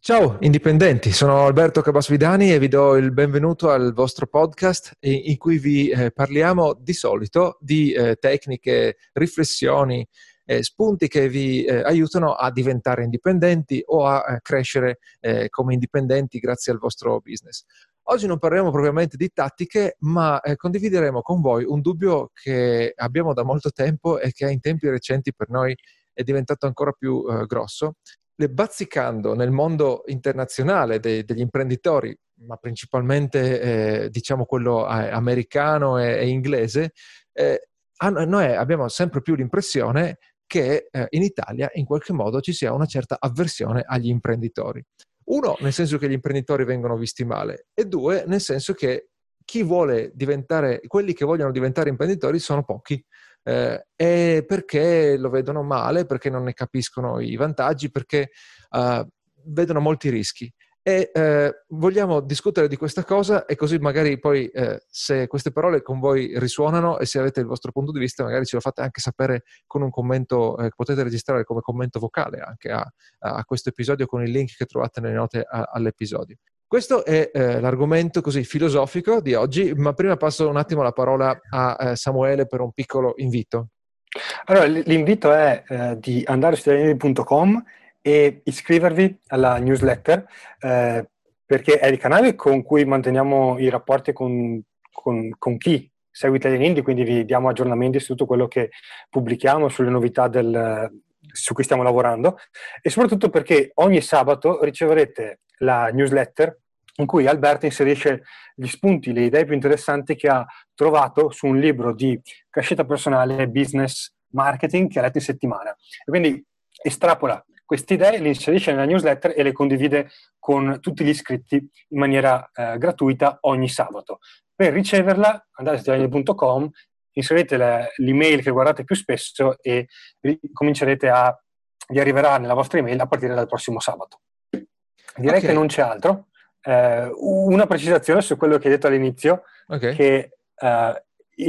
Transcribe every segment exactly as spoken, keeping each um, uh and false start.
Ciao indipendenti, sono Alberto Cabasvidani e vi do il benvenuto al vostro podcast in cui vi eh, parliamo di solito di eh, tecniche, riflessioni, eh, spunti che vi eh, aiutano a diventare indipendenti o a, a crescere eh, come indipendenti grazie al vostro business. Oggi non parleremo propriamente di tattiche, ma eh, condivideremo con voi un dubbio che abbiamo da molto tempo e che in tempi recenti per noi è diventato ancora più eh, grosso. Le bazzicando nel mondo internazionale dei, degli imprenditori, ma principalmente eh, diciamo quello eh, americano e, e inglese, eh, noi abbiamo sempre più l'impressione che eh, in Italia in qualche modo ci sia una certa avversione agli imprenditori. Uno, nel senso che gli imprenditori vengono visti male, e due, nel senso che chi vuole diventare, quelli che vogliono diventare imprenditori sono pochi. Eh, e perché lo vedono male, perché non ne capiscono i vantaggi, perché uh, vedono molti rischi. E eh, vogliamo discutere di questa cosa e così magari poi eh, se queste parole con voi risuonano e se avete il vostro punto di vista magari ce lo fate anche sapere con un commento eh, che potete registrare come commento vocale anche a, a questo episodio con il link che trovate nelle note a, all'episodio. Questo è eh, l'argomento così filosofico di oggi, ma prima passo un attimo la parola a eh, Samuele per un piccolo invito. Allora, l'invito è eh, di andare su italianidi punto com e iscrivervi alla newsletter, eh, perché è il canale con cui manteniamo i rapporti con, con, con chi segue Italianindi, quindi vi diamo aggiornamenti su tutto quello che pubblichiamo, sulle novità del, su cui stiamo lavorando, e soprattutto perché ogni sabato riceverete la newsletter in cui Alberto inserisce gli spunti, le idee più interessanti che ha trovato su un libro di crescita personale, business, marketing che ha letto in settimana. E quindi estrapola queste idee, le inserisce nella newsletter e le condivide con tutti gli iscritti in maniera eh, gratuita ogni sabato. Per riceverla andate su italianidi punto com, inserite le, l'email che guardate più spesso e comincerete a vi arriverà nella vostra email a partire dal prossimo sabato. Direi okay. Che non c'è altro. Eh, una precisazione su quello che hai detto all'inizio, okay. Che eh,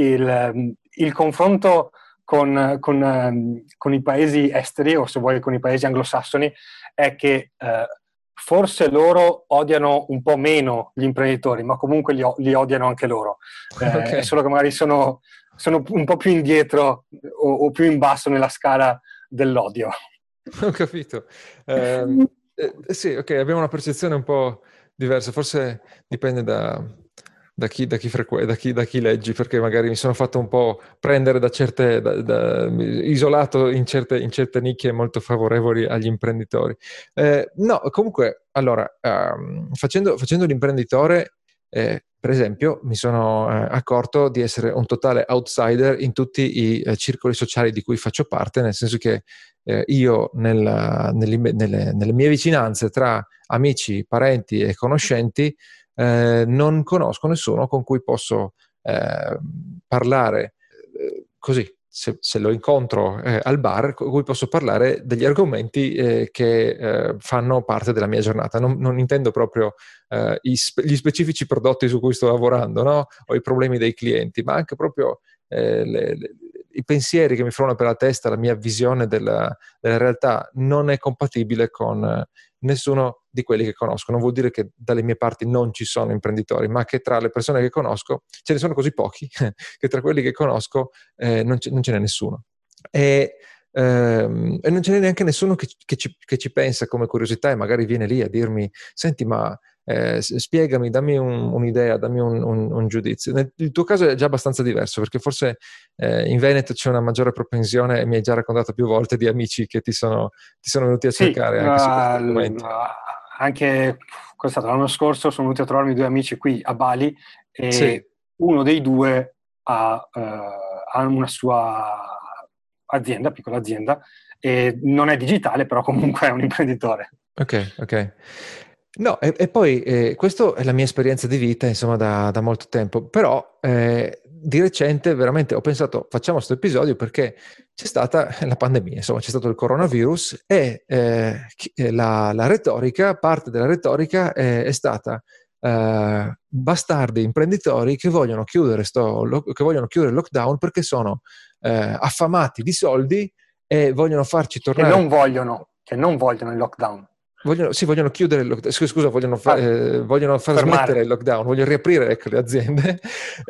il, il confronto con, con, con i paesi esteri, o se vuoi con i paesi anglosassoni, è che eh, forse loro odiano un po' meno gli imprenditori, ma comunque li, li odiano anche loro. Eh, okay. È solo che magari sono, sono un po' più indietro o, o più in basso nella scala dell'odio. Ho capito. Eh, eh, sì, ok, abbiamo una percezione un po' diversa, forse dipende da, da, chi, da, chi frequ- da, chi, da chi leggi, perché magari mi sono fatto un po' prendere da certe, da, da, isolato in certe, in certe nicchie molto favorevoli agli imprenditori. Eh, no, comunque, allora, um, facendo, facendo l'imprenditore, eh, per esempio, mi sono eh, accorto di essere un totale outsider in tutti i eh, circoli sociali di cui faccio parte, nel senso che eh, io nella, nelle, nelle, nelle mie vicinanze tra amici, parenti e conoscenti eh, non conosco nessuno con cui posso eh, parlare eh, così, se, se lo incontro eh, al bar, con cui posso parlare degli argomenti eh, che eh, fanno parte della mia giornata. Non, non intendo proprio eh, i, gli specifici prodotti su cui sto lavorando, no? O i problemi dei clienti, ma anche proprio eh, le, le, i pensieri che mi frullano per la testa, la mia visione della, della realtà non è compatibile con eh, nessuno di quelli che conosco. Non vuol dire che dalle mie parti non ci sono imprenditori, ma che tra le persone che conosco ce ne sono così pochi che tra quelli che conosco eh, non, ce, non ce n'è nessuno. E, ehm, e non ce n'è neanche nessuno che, che, ci, che ci pensa come curiosità e magari viene lì a dirmi: senti, ma eh, spiegami, dammi un, un'idea, dammi un, un, un giudizio. Nel, il tuo caso è già abbastanza diverso, perché forse eh, in Veneto c'è una maggiore propensione, e mi hai già raccontato più volte di amici che ti sono, ti sono venuti a cercare sì, anche uh, su questi argomenti. Anche l'anno scorso sono venuti a trovarmi due amici qui a Bali e sì. Uno dei due ha, uh, ha una sua azienda, piccola azienda, e non è digitale, però comunque è un imprenditore. Ok, ok. No, e, e poi eh, questa è la mia esperienza di vita, insomma, da, da molto tempo, però eh, di recente veramente ho pensato facciamo questo episodio perché c'è stata la pandemia, insomma c'è stato il coronavirus e eh, la, la retorica, parte della retorica è, è stata eh, bastardi imprenditori che vogliono chiudere sto, lo, che vogliono chiudere il lockdown perché sono eh, affamati di soldi e vogliono farci tornare. Che non vogliono, che non vogliono il lockdown. Vogliono, sì, vogliono chiudere il lockdown, scusa, vogliono, fa, Ah, eh, vogliono far fermare. smettere il lockdown, vogliono riaprire, ecco, le aziende,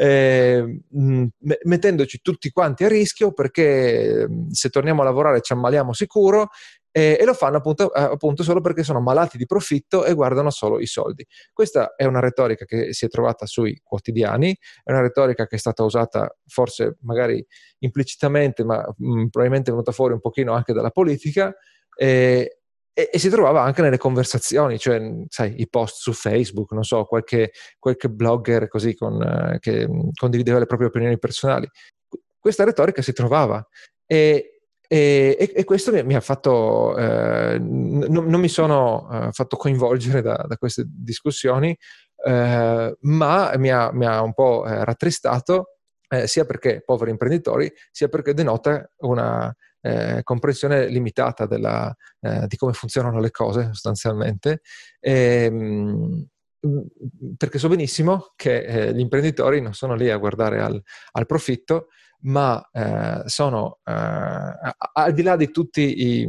eh, mh, mettendoci tutti quanti a rischio, perché se torniamo a lavorare ci ammaliamo sicuro, eh, e lo fanno appunto, eh, appunto solo perché sono malati di profitto e guardano solo i soldi. Questa è una retorica che si è trovata sui quotidiani, è una retorica che è stata usata forse magari implicitamente, ma mh, probabilmente è venuta fuori un pochino anche dalla politica, eh, e, e si trovava anche nelle conversazioni, cioè, sai, i post su Facebook, non so, qualche, qualche blogger così con, eh, che mh, condivideva le proprie opinioni personali. Questa retorica si trovava e, e, e questo mi, mi ha fatto, eh, n- non mi sono eh, fatto coinvolgere da, da queste discussioni, eh, ma mi ha, mi ha un po' eh, rattristato, eh, sia perché poveri imprenditori, sia perché denota una eh, comprensione limitata della, eh, di come funzionano le cose sostanzialmente, e, mh, perché so benissimo che eh, gli imprenditori non sono lì a guardare al, al profitto, ma eh, sono eh, al di là di tutte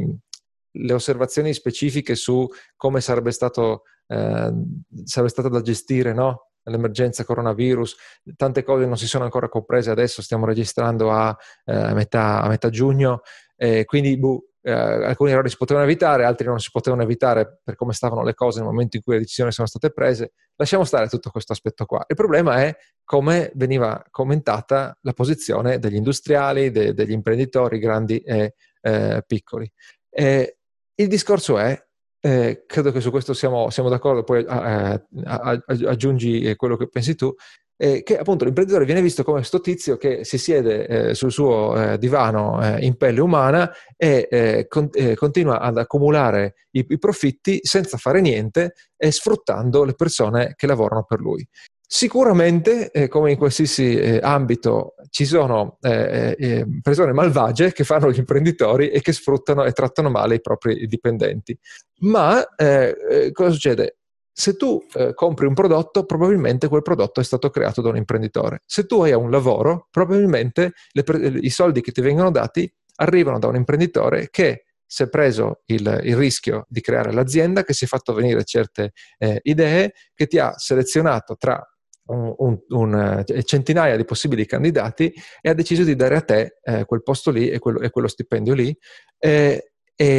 le osservazioni specifiche su come sarebbe stato eh, sarebbe stata da gestire, no? L'emergenza coronavirus, tante cose non si sono ancora comprese, adesso stiamo registrando a, eh, a, metà, a metà giugno, eh, quindi buh, eh, alcuni errori si potevano evitare, altri non si potevano evitare per come stavano le cose nel momento in cui le decisioni sono state prese. Lasciamo stare tutto questo aspetto qua. Il problema è come veniva commentata la posizione degli industriali, de, degli imprenditori grandi e eh, piccoli. Eh, il discorso è, eh, credo che su questo siamo, siamo d'accordo, poi eh, aggiungi quello che pensi tu, eh, che appunto l'imprenditore viene visto come sto tizio che si siede eh, sul suo eh, divano eh, in pelle umana e eh, con, eh, continua ad accumulare i, i profitti senza fare niente e sfruttando le persone che lavorano per lui. Sicuramente, eh, come in qualsiasi eh, ambito, ci sono eh, eh, persone malvagie che fanno gli imprenditori e che sfruttano e trattano male i propri dipendenti. Ma eh, eh, cosa succede? Se tu eh, compri un prodotto, probabilmente quel prodotto è stato creato da un imprenditore. Se tu hai un lavoro, probabilmente le, i soldi che ti vengono dati arrivano da un imprenditore che si è preso il, il rischio di creare l'azienda, che si è fatto venire certe eh, idee, che ti ha selezionato tra un, un, un, centinaia di possibili candidati e ha deciso di dare a te eh, quel posto lì e quello, e quello stipendio lì. Eh,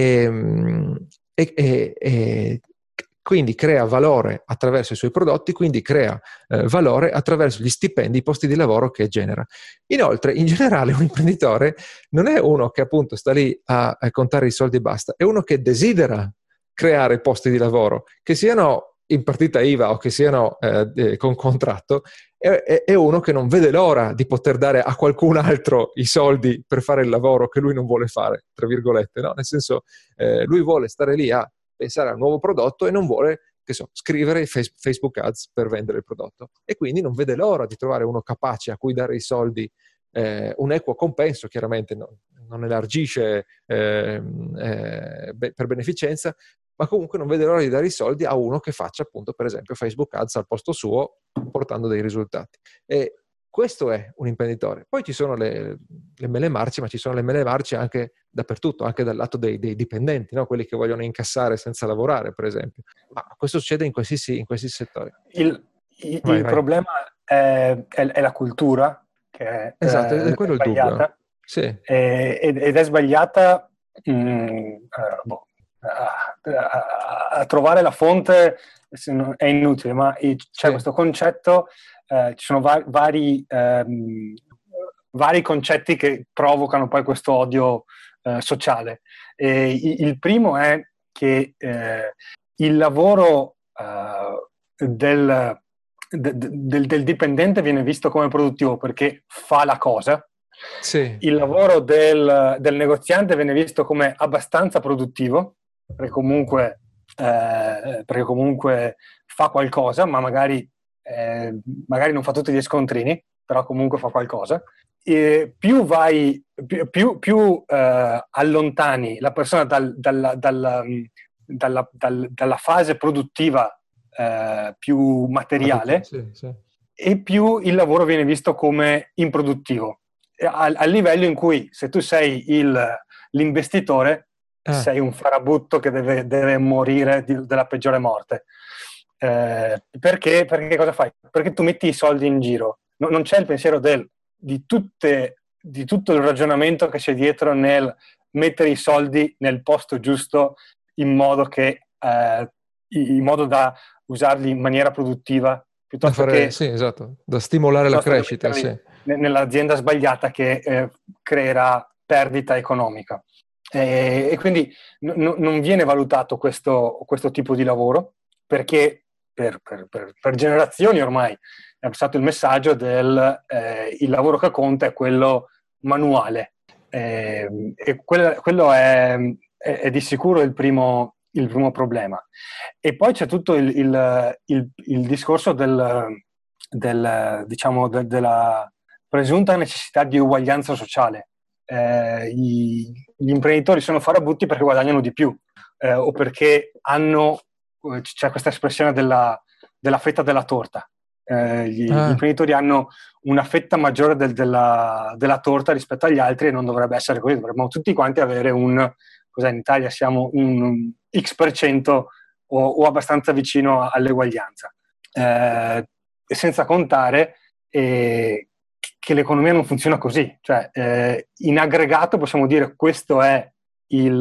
e, e, e, e quindi crea valore attraverso i suoi prodotti, quindi crea eh, valore attraverso gli stipendi, i posti di lavoro che genera. Inoltre, in generale, un imprenditore non è uno che appunto sta lì a, a contare i soldi e basta, è uno che desidera creare posti di lavoro, che siano in partita I V A o che siano eh, con contratto, è, è uno che non vede l'ora di poter dare a qualcun altro i soldi per fare il lavoro che lui non vuole fare, tra virgolette, no? Nel senso, eh, lui vuole stare lì a pensare a un nuovo prodotto e non vuole, che so, scrivere Facebook Ads per vendere il prodotto. E quindi non vede l'ora di trovare uno capace a cui dare i soldi, eh, un equo compenso, chiaramente non, non elargisce eh, eh, per beneficenza, ma comunque non vede l'ora di dare i soldi a uno che faccia appunto, per esempio, Facebook Ads al posto suo, portando dei risultati. E questo è un imprenditore. Poi ci sono le, le mele marce, ma ci sono le mele marce anche dappertutto, anche dal lato dei, dei dipendenti, no? Quelli che vogliono incassare senza lavorare, per esempio. Ma questo succede in qualsiasi, in qualsiasi settore. Il, il, Vai, il vai. problema è, è, è la cultura, che è, Esatto, eh, è è quello il dubbio. sbagliata, Sì, e, ed, ed è sbagliata mh, eh, boh, a, a, a trovare la fonte è inutile, ma c'è sì. questo concetto, eh, ci sono va- vari, ehm, vari concetti che provocano poi questo odio eh, sociale. E il primo è che eh, il lavoro eh, del, de, del, del dipendente viene visto come produttivo perché fa la cosa. Sì. Il lavoro del, del negoziante viene visto come abbastanza produttivo perché comunque, eh, perché comunque fa qualcosa, ma magari, eh, magari non fa tutti gli scontrini, però comunque fa qualcosa. E più vai, più, più, più eh, allontani la persona dal, dal, dal, dalla, dal, dalla fase produttiva eh, più materiale, Sì, sì. e più il lavoro viene visto come improduttivo. Al, al livello in cui se tu sei il, l'investitore, Ah, sei un farabutto che deve, deve morire di, della peggiore morte. Eh, perché, perché cosa fai? Perché tu metti i soldi in giro. No, non c'è il pensiero del, di, tutte, di tutto il ragionamento che c'è dietro nel mettere i soldi nel posto giusto in modo che eh, in modo da usarli in maniera produttiva da piuttosto fare, che, sì, esatto, da stimolare la piuttosto che crescita, metterli sì. ne- nell'azienda sbagliata che eh, creerà perdita economica. E, e quindi n- n- non viene valutato questo, questo tipo di lavoro perché per, per- per- per generazioni ormai è passato il messaggio del eh, il lavoro che conta è quello manuale. Eh, e quel- quello è, è- è di sicuro il primo, il primo problema. E poi c'è tutto il, il- il- il discorso del, del, diciamo, de- della presunta necessità di uguaglianza sociale. Eh, i- gli imprenditori sono farabutti perché guadagnano di più eh, o perché hanno, c'è questa espressione della, della fetta della torta. Eh, gli, gli Ah, imprenditori hanno una fetta maggiore del- della, della torta rispetto agli altri e non dovrebbe essere così, dovremmo tutti quanti avere un, cos'è in Italia siamo un X per cento o, o abbastanza vicino all'eguaglianza. Eh, senza contare eh, che l'economia non funziona così, cioè eh, in aggregato possiamo dire questo è il,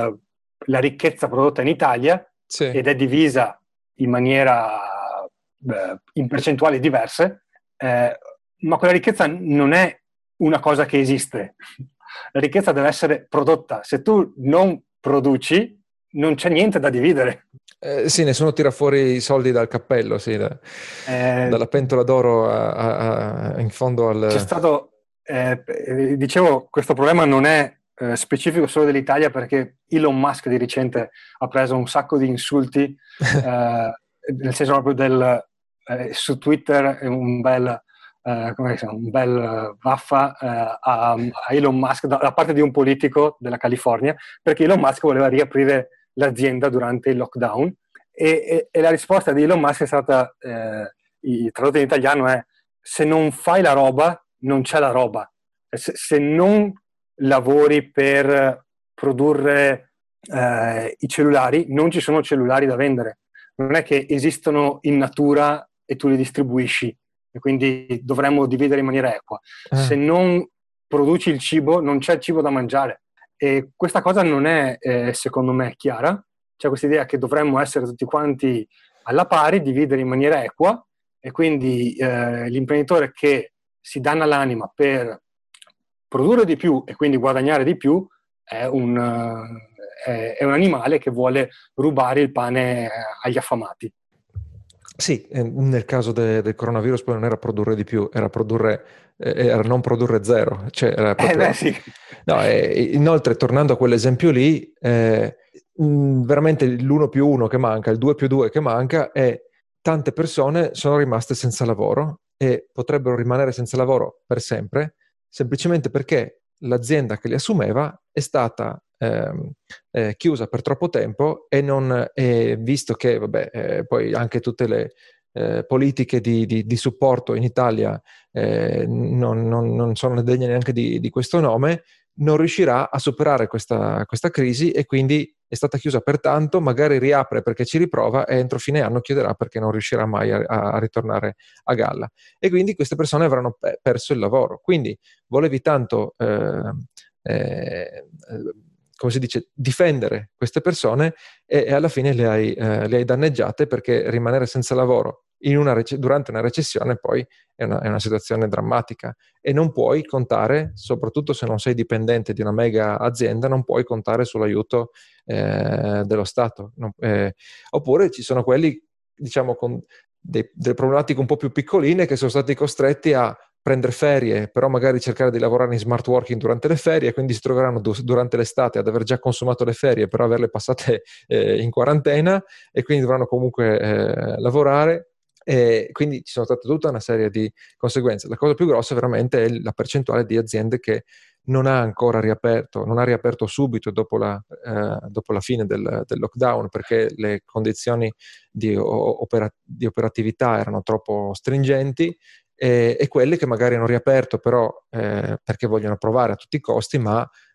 la ricchezza prodotta in Italia sì. ed è divisa in maniera eh, in percentuali diverse, eh, ma quella ricchezza non è una cosa che esiste. La ricchezza deve essere prodotta. Se tu non produci, non c'è niente da dividere. Eh, sì, nessuno tira fuori i soldi dal cappello, sì, da- Eh, dalla pentola d'oro a- a- a- in fondo c'è al... stato, eh, eh, dicevo, questo problema non è eh, specifico solo dell'Italia perché Elon Musk di recente ha preso un sacco di insulti, eh, nel senso proprio del, eh, su Twitter un bel, eh, come si chiama, un bel eh, vaffa eh, a, a Elon Musk da, da parte di un politico della California perché Elon Musk voleva riaprire l'azienda durante il lockdown e, e, e la risposta di Elon Musk è stata, eh, tradotta in italiano è se non fai la roba non c'è la roba. Se, se non lavori per produrre eh, i cellulari, non ci sono cellulari da vendere. Non è che esistono in natura e tu li distribuisci, e quindi dovremmo dividere in maniera equa. Se Ah, non produci il cibo, non c'è cibo da mangiare. E questa cosa non è, eh, secondo me, chiara. C'è questa idea che dovremmo essere tutti quanti alla pari, dividere in maniera equa, e quindi eh, l'imprenditore che si danna l'anima per produrre di più e quindi guadagnare di più è un, uh, è un animale che vuole rubare il pane agli affamati. sì, eh, nel caso de- del coronavirus poi non era produrre di più, era produrre, eh, era non produrre zero, cioè era Eh beh proprio... sì. No, e inoltre tornando a quell'esempio lì, eh, mh, veramente l'uno più uno che manca, il due più due che manca è tante persone sono rimaste senza lavoro e potrebbero rimanere senza lavoro per sempre, semplicemente perché l'azienda che li assumeva è stata ehm, eh, chiusa per troppo tempo e non, e visto che vabbè, eh, poi anche tutte le eh, politiche di, di- di supporto in Italia eh, non, non- non sono degne neanche di, di questo nome, non riuscirà a superare questa, questa crisi e quindi è stata chiusa per tanto, magari riapre perché ci riprova e entro fine anno chiuderà perché non riuscirà mai a, a ritornare a galla. E quindi queste persone avranno pe- perso il lavoro. Quindi volevi tanto, eh, eh, come si dice, difendere queste persone e, e alla fine le hai, eh, le hai danneggiate perché rimanere senza lavoro in una rece- durante una recessione poi è una, è una situazione drammatica e non puoi contare, soprattutto se non sei dipendente di una mega azienda, non puoi contare sull'aiuto eh, dello Stato. Non- eh, oppure ci sono quelli, diciamo, con dei- delle problematiche un po' più piccoline che sono stati costretti a prendere ferie, però magari cercare di lavorare in smart working durante le ferie, quindi si troveranno du- durante l'estate ad aver già consumato le ferie, però averle passate eh, in quarantena e quindi dovranno comunque eh, lavorare. E quindi ci sono state tutta una serie di conseguenze. La cosa più grossa veramente è la percentuale di aziende che non ha ancora riaperto, non ha riaperto subito dopo la, eh, dopo la fine del, del lockdown perché le condizioni di, opera- di operatività erano troppo stringenti e, e quelle che magari hanno riaperto però eh, perché vogliono provare a tutti i costi, ma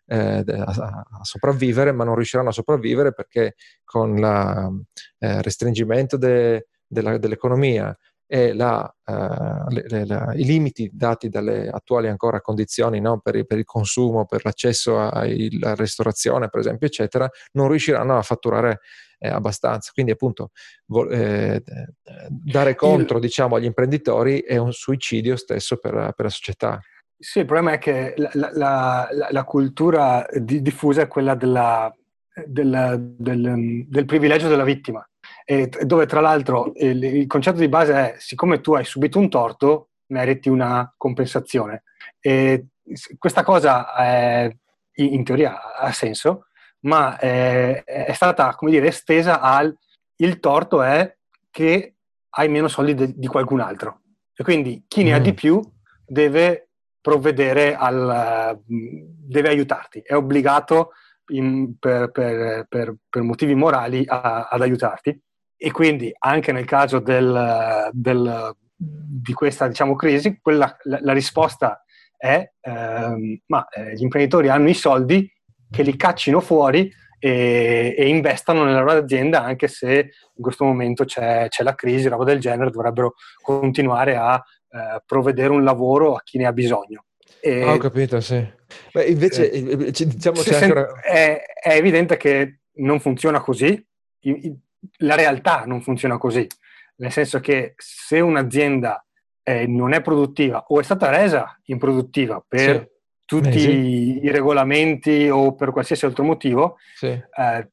eh, a, a sopravvivere, ma non riusciranno a sopravvivere perché con il eh, restringimento de, della, dell'economia e la, uh, le, le, la, i limiti dati dalle attuali ancora condizioni, no? per, per il consumo, per l'accesso alla ristorazione, per esempio, eccetera, non riusciranno a fatturare eh, abbastanza. Quindi appunto vo- eh, dare contro, Il, diciamo, agli imprenditori è un suicidio stesso per, per la società. sì, il problema è che la, la, la, la cultura di, diffusa è quella della, del, del, del privilegio della vittima, e dove tra l'altro il, il concetto di base è: siccome tu hai subito un torto, meriti una compensazione. E questa cosa è, in, in teoria ha senso, ma è, è stata, come dire, estesa al: il torto è che hai meno soldi de, di qualcun altro, e quindi chi ne ha di Mm. più deve provvedere al, deve aiutarti, è obbligato in, per, per, per, per motivi morali a, ad aiutarti. E quindi anche nel caso del, del, di questa, diciamo, crisi, quella, la, la risposta è ehm, ma eh, gli imprenditori hanno i soldi, che li caccino fuori e, e investano nella loro azienda, anche se in questo momento c'è, c'è la crisi, roba del genere, dovrebbero continuare a eh, provvedere un lavoro a chi ne ha bisogno. Ah, ho E, capito, sì. Beh, invece, eh, eh, ci- diciamo, se, c'è anche se, una... è, è evidente che non funziona così. I, i, la realtà non funziona così, nel senso che se un'azienda eh, non è produttiva o è stata resa improduttiva Sì, per tutti mesi, i regolamenti o per qualsiasi altro motivo, sì, eh,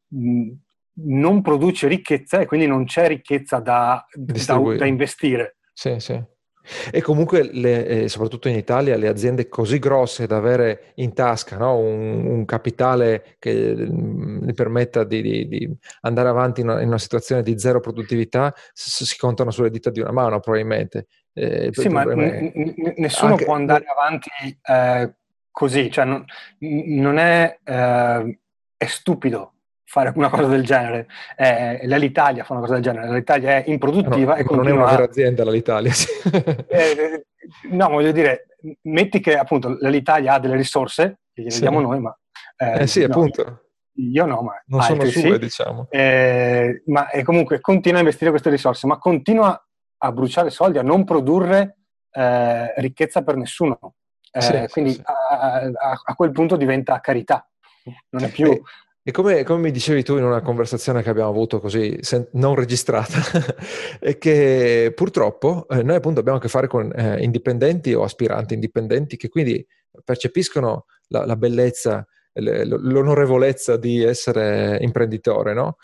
non produce ricchezza, e quindi non c'è ricchezza da, da, da distribuire. investire. Sì, sì. E comunque, le, eh, soprattutto in Italia, le aziende così grosse da avere in tasca, no? un, un capitale che mm, gli permetta di, di- di andare avanti in una, in una situazione di zero produttività, s- si contano sulle dita di una mano, probabilmente. Eh, il Sì, ma problema n- è n- nessuno può anche... andare no, avanti eh, così, cioè non, non è, eh, è stupido fare una cosa del genere. Eh, l'Italia fa una cosa del genere, l'Italia è no, improduttiva e ma non è una continua vera a... azienda l'Italia, sì. eh, no, voglio dire, metti che appunto l'Italia ha delle risorse, che gliele Sì. diamo noi, ma Eh eh, sì, no, appunto, io no, ma non sono altri sue, sì. diciamo. Eh, ma e comunque continua a investire queste risorse, ma continua a bruciare soldi, a non produrre eh, ricchezza per nessuno. Sì, Eh, sì, quindi sì. a, a- a quel punto diventa carità, non è più... E, e come, come mi dicevi tu in una conversazione che abbiamo avuto così, sen- non registrata, è che purtroppo eh, noi appunto abbiamo a che fare con eh, indipendenti o aspiranti indipendenti che quindi percepiscono la, la bellezza, l- l'onorevolezza di essere imprenditore, no?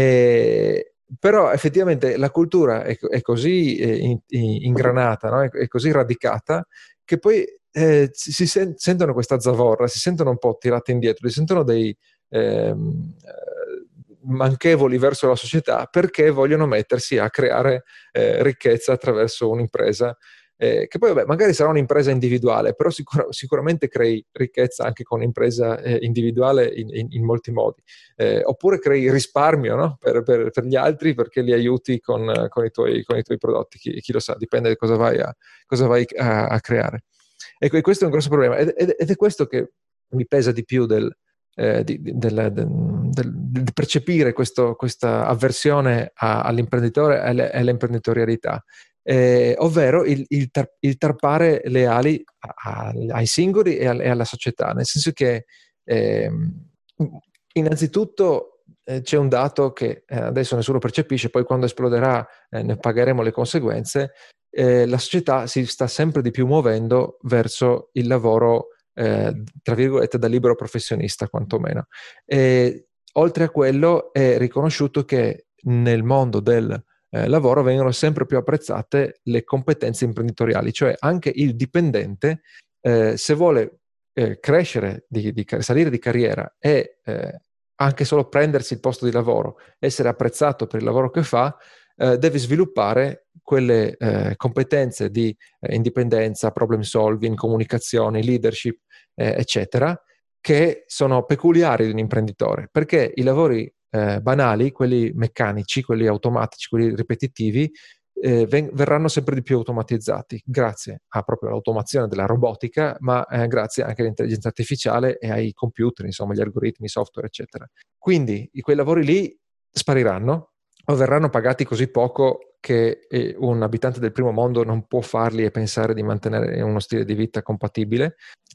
E, però effettivamente la cultura è, è così eh, in- in- ingranata, no? È, è così radicata che poi eh, si, si sen- sentono questa zavorra, si sentono un po' tirati indietro, si sentono dei ehm, eh, manchevoli verso la società perché vogliono mettersi a creare eh, ricchezza attraverso un'impresa. Eh, che poi vabbè, magari sarà un'impresa individuale, però sicur- sicuramente crei ricchezza anche con un'impresa eh, individuale in, in, in molti modi. Eh, oppure crei risparmio, no? per, per, per gli altri perché li aiuti con, con, i, tuoi, con i tuoi prodotti, chi, chi lo sa, dipende da cosa vai a, cosa vai a, a creare. Ecco, e questo è un grosso problema ed, ed, ed è questo che mi pesa di più del, eh, di, di, del, del, del, del percepire questo, questa avversione a, all'imprenditore e alle, all'imprenditorialità, eh, ovvero il, il, tar, il, tarpare le ali a, a, ai singoli e, a, e, alla società, nel senso che eh, innanzitutto eh, c'è un dato che eh, adesso nessuno percepisce, poi quando esploderà eh, ne pagheremo le conseguenze. Eh, la società si sta sempre di più muovendo verso il lavoro, eh, tra virgolette, da libero professionista, quantomeno. E, oltre a quello, è riconosciuto che nel mondo del eh, lavoro vengono sempre più apprezzate le competenze imprenditoriali, cioè anche il dipendente, eh, se vuole eh, crescere, di, di, salire di carriera e eh, anche solo prendersi il posto di lavoro, essere apprezzato per il lavoro che fa, eh, deve sviluppare quelle eh, competenze di eh, indipendenza, problem solving, comunicazione, leadership, eh, eccetera, che sono peculiari di un imprenditore, perché i lavori eh, banali, quelli meccanici, quelli automatici, quelli ripetitivi, eh, ven- verranno sempre di più automatizzati, grazie a proprio all'automazione della robotica, ma eh, grazie anche all'intelligenza artificiale e ai computer, insomma, gli algoritmi, i software, eccetera. Quindi quei lavori lì spariranno o verranno pagati così poco che eh, un abitante del primo mondo non può farli e pensare di mantenere uno stile di vita compatibile,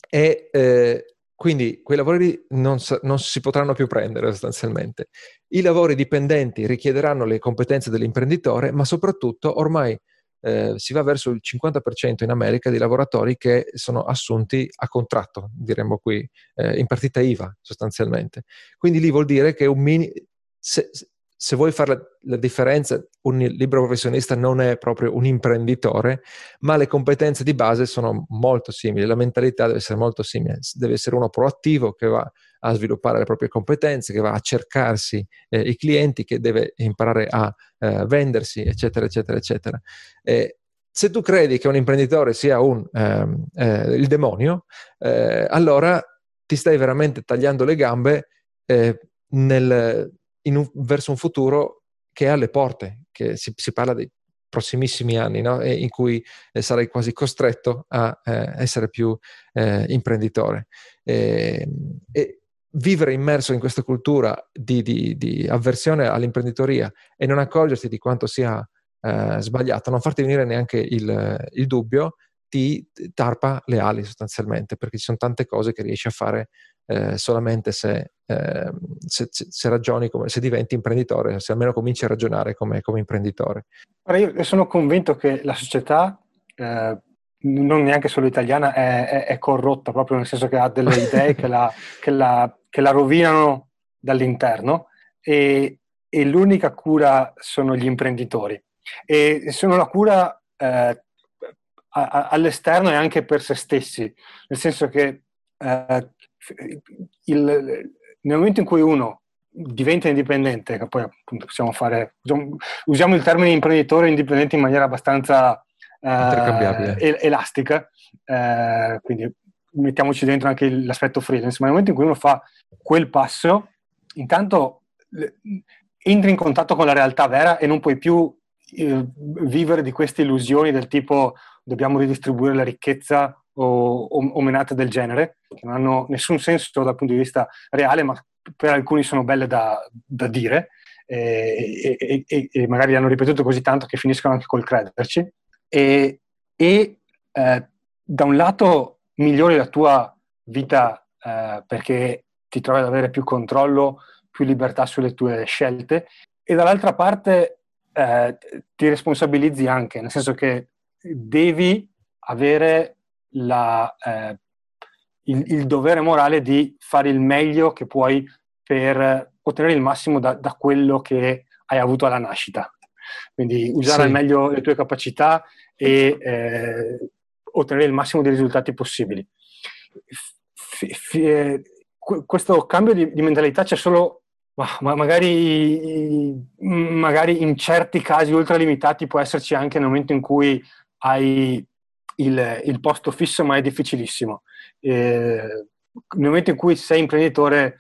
e eh, quindi quei lavori non, non si potranno più prendere sostanzialmente. I lavori dipendenti richiederanno le competenze dell'imprenditore, ma soprattutto ormai eh, si va verso il cinquanta per cento in America di lavoratori che sono assunti a contratto, diremmo qui, eh, in partita I V A sostanzialmente. Quindi lì vuol dire che un mini, se, se vuoi fare la, la differenza, un libero professionista non è proprio un imprenditore, ma le competenze di base sono molto simili, la mentalità deve essere molto simile, deve essere uno proattivo che va a sviluppare le proprie competenze, che va a cercarsi eh, i clienti, che deve imparare a eh, vendersi, eccetera, eccetera, eccetera. Eh, se tu credi che un imprenditore sia un, ehm, eh, il demonio, eh, allora ti stai veramente tagliando le gambe eh, nel, in un, verso un futuro che è alle porte, che si, si parla dei prossimissimi anni, no? E in cui eh, sarai quasi costretto a eh, essere più eh, imprenditore. E, e vivere immerso in questa cultura di, di, di avversione all'imprenditoria e non accorgerti di quanto sia eh, sbagliato, non farti venire neanche il, il dubbio, ti tarpa le ali sostanzialmente, perché ci sono tante cose che riesci a fare eh, solamente se, eh, se, se ragioni come, se diventi imprenditore, se almeno cominci a ragionare come, come imprenditore. Ora io sono convinto che la società, eh, non neanche solo italiana, è, è, è corrotta, proprio nel senso che ha delle idee che la, che la, che la rovinano dall'interno, e, e l'unica cura sono gli imprenditori. E sono la cura eh, a, a, all'esterno e anche per se stessi, nel senso che eh, il, nel momento in cui uno diventa indipendente, che poi appunto possiamo fare, usiamo il termine imprenditore indipendente in maniera abbastanza eh, elastica, eh, quindi mettiamoci dentro anche l'aspetto freelance, ma nel momento in cui uno fa quel passo, intanto entri in contatto con la realtà vera e non puoi più eh, vivere di queste illusioni del tipo dobbiamo ridistribuire la ricchezza o, o, o menate del genere, che non hanno nessun senso dal punto di vista reale, ma per alcuni sono belle da, da dire, e, e, e, e magari le hanno ripetuto così tanto che finiscono anche col crederci, e, e eh, da un lato migliori la tua vita eh, perché ti trovi ad avere più controllo, più libertà sulle tue scelte, e dall'altra parte eh, ti responsabilizzi anche, nel senso che devi avere la, eh, il, il dovere morale di fare il meglio che puoi per ottenere il massimo da, da quello che hai avuto alla nascita. Quindi usare Sì. al meglio le tue capacità e eh, ottenere il massimo dei risultati possibili. F- f- questo cambio di, di mentalità c'è solo, ma magari, magari in certi casi ultralimitati può esserci anche nel momento in cui hai il, il posto fisso, ma è difficilissimo. Eh, nel momento in cui sei imprenditore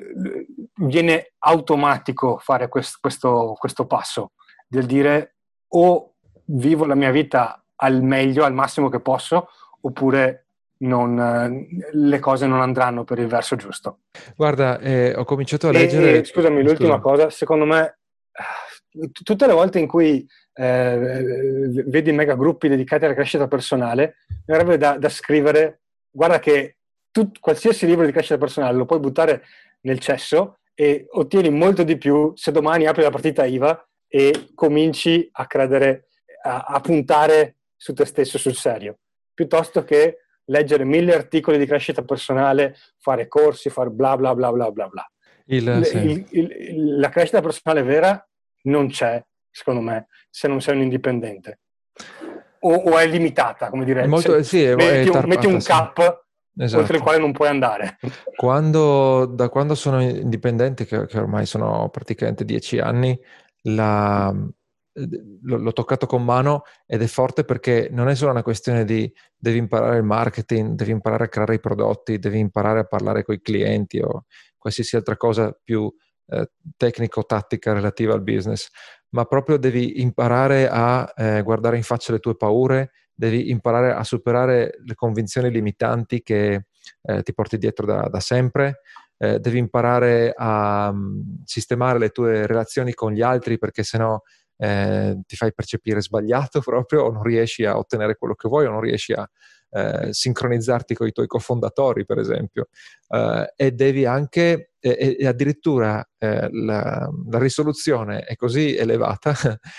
viene automatico fare quest, questo, questo passo del dire o vivo la mia vita al meglio, al massimo che posso, oppure non, le cose non andranno per il verso giusto. Guarda, eh, ho cominciato a e, leggere... E, scusami, l'ultima Scusa. cosa, secondo me, tutte le volte in cui eh, vedi mega gruppi dedicati alla crescita personale, mi avrebbe da, da scrivere, guarda che tu, qualsiasi libro di crescita personale lo puoi buttare nel cesso e ottieni molto di più se domani apri la partita I V A e cominci a credere, a, a puntare su te stesso sul serio, piuttosto che leggere mille articoli di crescita personale, fare corsi, fare bla bla bla bla bla bla. Il, Il, sì. il, il, la crescita personale vera non c'è, secondo me, se non sei un indipendente. O, o è limitata, come dire, È molto, se, sì, è, metti, è un, tarpata, metti un sì. cap Esatto. oltre il quale non puoi andare. Quando, da quando sono indipendente, che, che ormai sono praticamente dieci anni, la, l'ho toccato con mano ed è forte perché non è solo una questione di devi imparare il marketing, devi imparare a creare i prodotti, devi imparare a parlare con i clienti o qualsiasi altra cosa più eh, tecnico-tattica relativa al business, ma proprio devi imparare a eh, guardare in faccia le tue paure, devi imparare a superare le convinzioni limitanti che eh, ti porti dietro da, da sempre, eh, devi imparare a um, sistemare le tue relazioni con gli altri, perché sennò eh, ti fai percepire sbagliato proprio, o non riesci a ottenere quello che vuoi, o non riesci a eh, sincronizzarti con i tuoi cofondatori, per esempio. Uh, e devi anche, e, e addirittura eh, la, la risoluzione è così elevata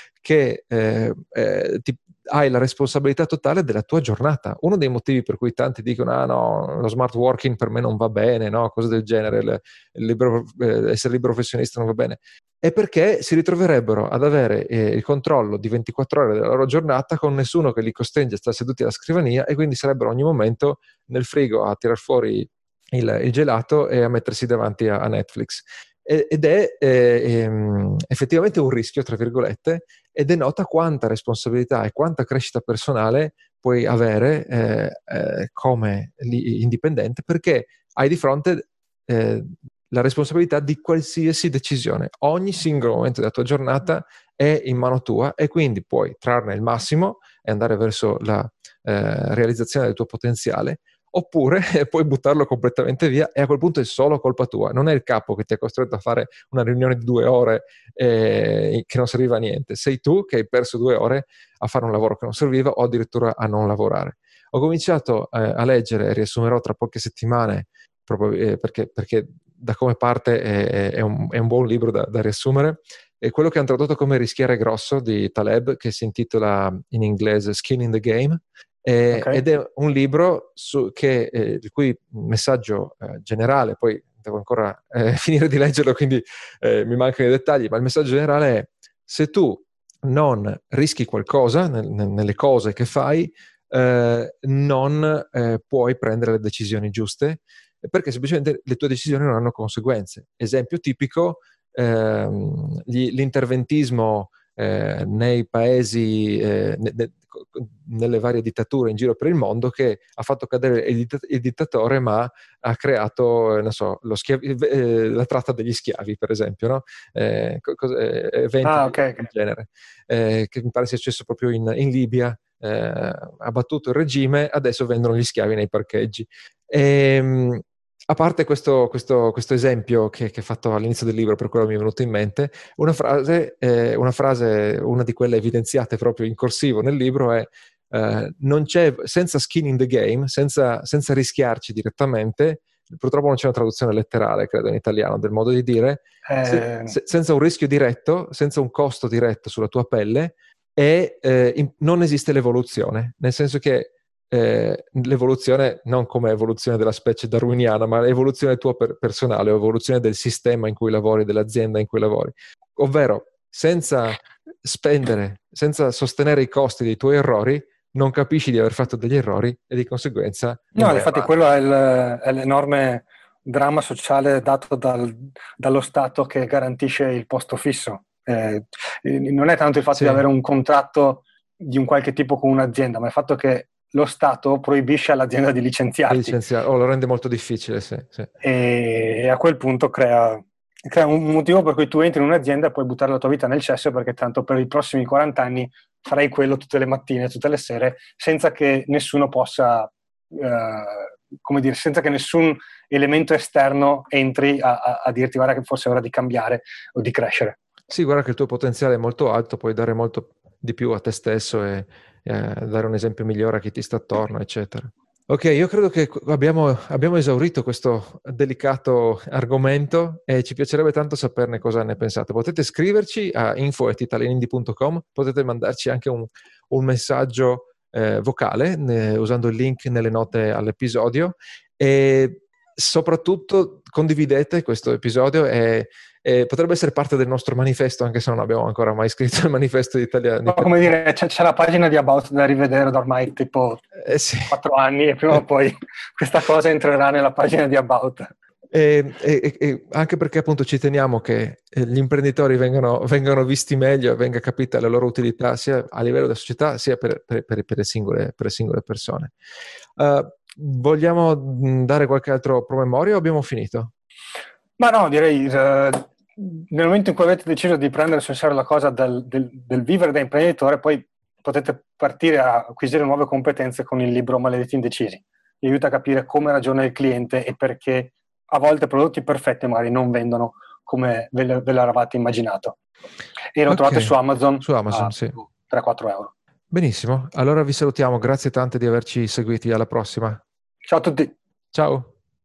che eh, eh, ti, hai la responsabilità totale della tua giornata. Uno dei motivi per cui tanti dicono ah no, lo smart working per me non va bene, no? Cose del genere, il, il libero, eh, essere libero professionista non va bene, è perché si ritroverebbero ad avere eh, il controllo di ventiquattro ore della loro giornata con nessuno che li costringe a stare seduti alla scrivania, e quindi sarebbero ogni momento nel frigo a tirar fuori il, il gelato e a mettersi davanti a, a Netflix. Ed è eh, ehm, effettivamente un rischio, tra virgolette, e denota quanta responsabilità e quanta crescita personale puoi avere eh, eh, come indipendente, perché hai di fronte eh, la responsabilità di qualsiasi decisione. Ogni singolo momento della tua giornata è in mano tua, e quindi puoi trarne il massimo e andare verso la eh, realizzazione del tuo potenziale, oppure puoi buttarlo completamente via, e a quel punto è solo colpa tua. Non è il capo che ti ha costretto a fare una riunione di due ore eh, che non serviva a niente. Sei tu che hai perso due ore a fare un lavoro che non serviva, o addirittura a non lavorare. Ho cominciato eh, a leggere, riassumerò tra poche settimane, proprio eh, perché, perché da come parte è, è, un, è un buon libro da, da riassumere, è quello che hanno tradotto come Rischiare grosso di Taleb, che si intitola in inglese Skin in the Game. Eh, Okay. ed è un libro su, che, eh, il cui messaggio eh, generale, poi devo ancora eh, finire di leggerlo, quindi eh, mi mancano i dettagli, ma il messaggio generale è: se tu non rischi qualcosa nel, nel, nelle cose che fai, eh, non eh, puoi prendere le decisioni giuste, perché semplicemente le tue decisioni non hanno conseguenze. Esempio tipico, ehm, gli, l'interventismo eh, nei paesi, eh, ne, ne, nelle varie dittature in giro per il mondo, che ha fatto cadere il, ditt- il dittatore, ma ha creato, eh, non so, lo schiavi- eh, la tratta degli schiavi, per esempio, no? Eh, co- co- eh, eventi Ah, del okay, okay. genere, eh, che mi pare sia successo proprio in, in Libia. Eh, ha battuto il regime, adesso vendono gli schiavi nei parcheggi. E, a parte questo, questo, questo esempio che, che ho fatto all'inizio del libro, per quello mi è venuto in mente, una frase, eh, una frase, una di quelle evidenziate proprio in corsivo nel libro è eh, non c'è, senza skin in the game, senza, senza rischiarci direttamente, purtroppo non c'è una traduzione letterale, credo in italiano, del modo di dire, se, Ehm, se, senza un rischio diretto, senza un costo diretto sulla tua pelle, e eh, in, non esiste l'evoluzione, nel senso che eh, l'evoluzione non come evoluzione della specie darwiniana, ma l'evoluzione tua per- personale, o evoluzione del sistema in cui lavori, dell'azienda in cui lavori. Ovvero, senza spendere, senza sostenere i costi dei tuoi errori, non capisci di aver fatto degli errori, e di conseguenza non no, vai infatti avanti. quello è il è l'enorme dramma sociale dato dal dallo Stato che garantisce il posto fisso. Ehm, non è tanto il fatto Sì, di avere un contratto di un qualche tipo con un'azienda, ma il fatto che lo Stato proibisce all'azienda di e licenziarti. licenziare, oh, lo rende molto difficile, sì, sì. E, e a quel punto crea, crea un motivo per cui tu entri in un'azienda e puoi buttare la tua vita nel cesso, perché tanto per i prossimi quaranta anni farai quello tutte le mattine, tutte le sere, senza che nessuno possa, eh, come dire, senza che nessun elemento esterno entri a, a, a dirti guarda che forse è ora di cambiare o di crescere. Sì, guarda che il tuo potenziale è molto alto, puoi dare molto di più a te stesso, e, e dare un esempio migliore a chi ti sta attorno, eccetera. Ok, io credo che abbiamo, abbiamo esaurito questo delicato argomento, e ci piacerebbe tanto saperne cosa ne pensate. Potete scriverci a info at italianindie punto com, potete mandarci anche un, un messaggio eh, vocale ne- usando il link nelle note all'episodio, e soprattutto condividete questo episodio, e, e potrebbe essere parte del nostro manifesto, anche se non abbiamo ancora mai scritto il manifesto di italiano. Come dire, c'è, c'è la pagina di About da rivedere da ormai tipo Eh, sì. quattro anni, e prima o poi questa cosa entrerà nella pagina di About. E, e- e anche perché appunto ci teniamo che eh, gli imprenditori vengano, vengano visti meglio, e venga capita la loro utilità sia a livello della società, sia per, per- per- per le singole, per le singole persone. Uh, vogliamo mh, dare qualche altro promemoria, o abbiamo finito? Ma no, direi eh, nel momento in cui avete deciso di prendere sul serio la cosa del, del, del vivere da imprenditore, poi potete partire a acquisire nuove competenze con il libro Maledetti Indecisi. Vi aiuta a capire come ragiona il cliente e perché a volte prodotti perfetti magari non vendono come ve, ve l'eravate immaginato. E lo Ok, trovate su Amazon, su Amazon, a sì. tre quattro euro. Benissimo, allora vi salutiamo, grazie tante di averci seguiti, alla prossima. Ciao a tutti! Ciao!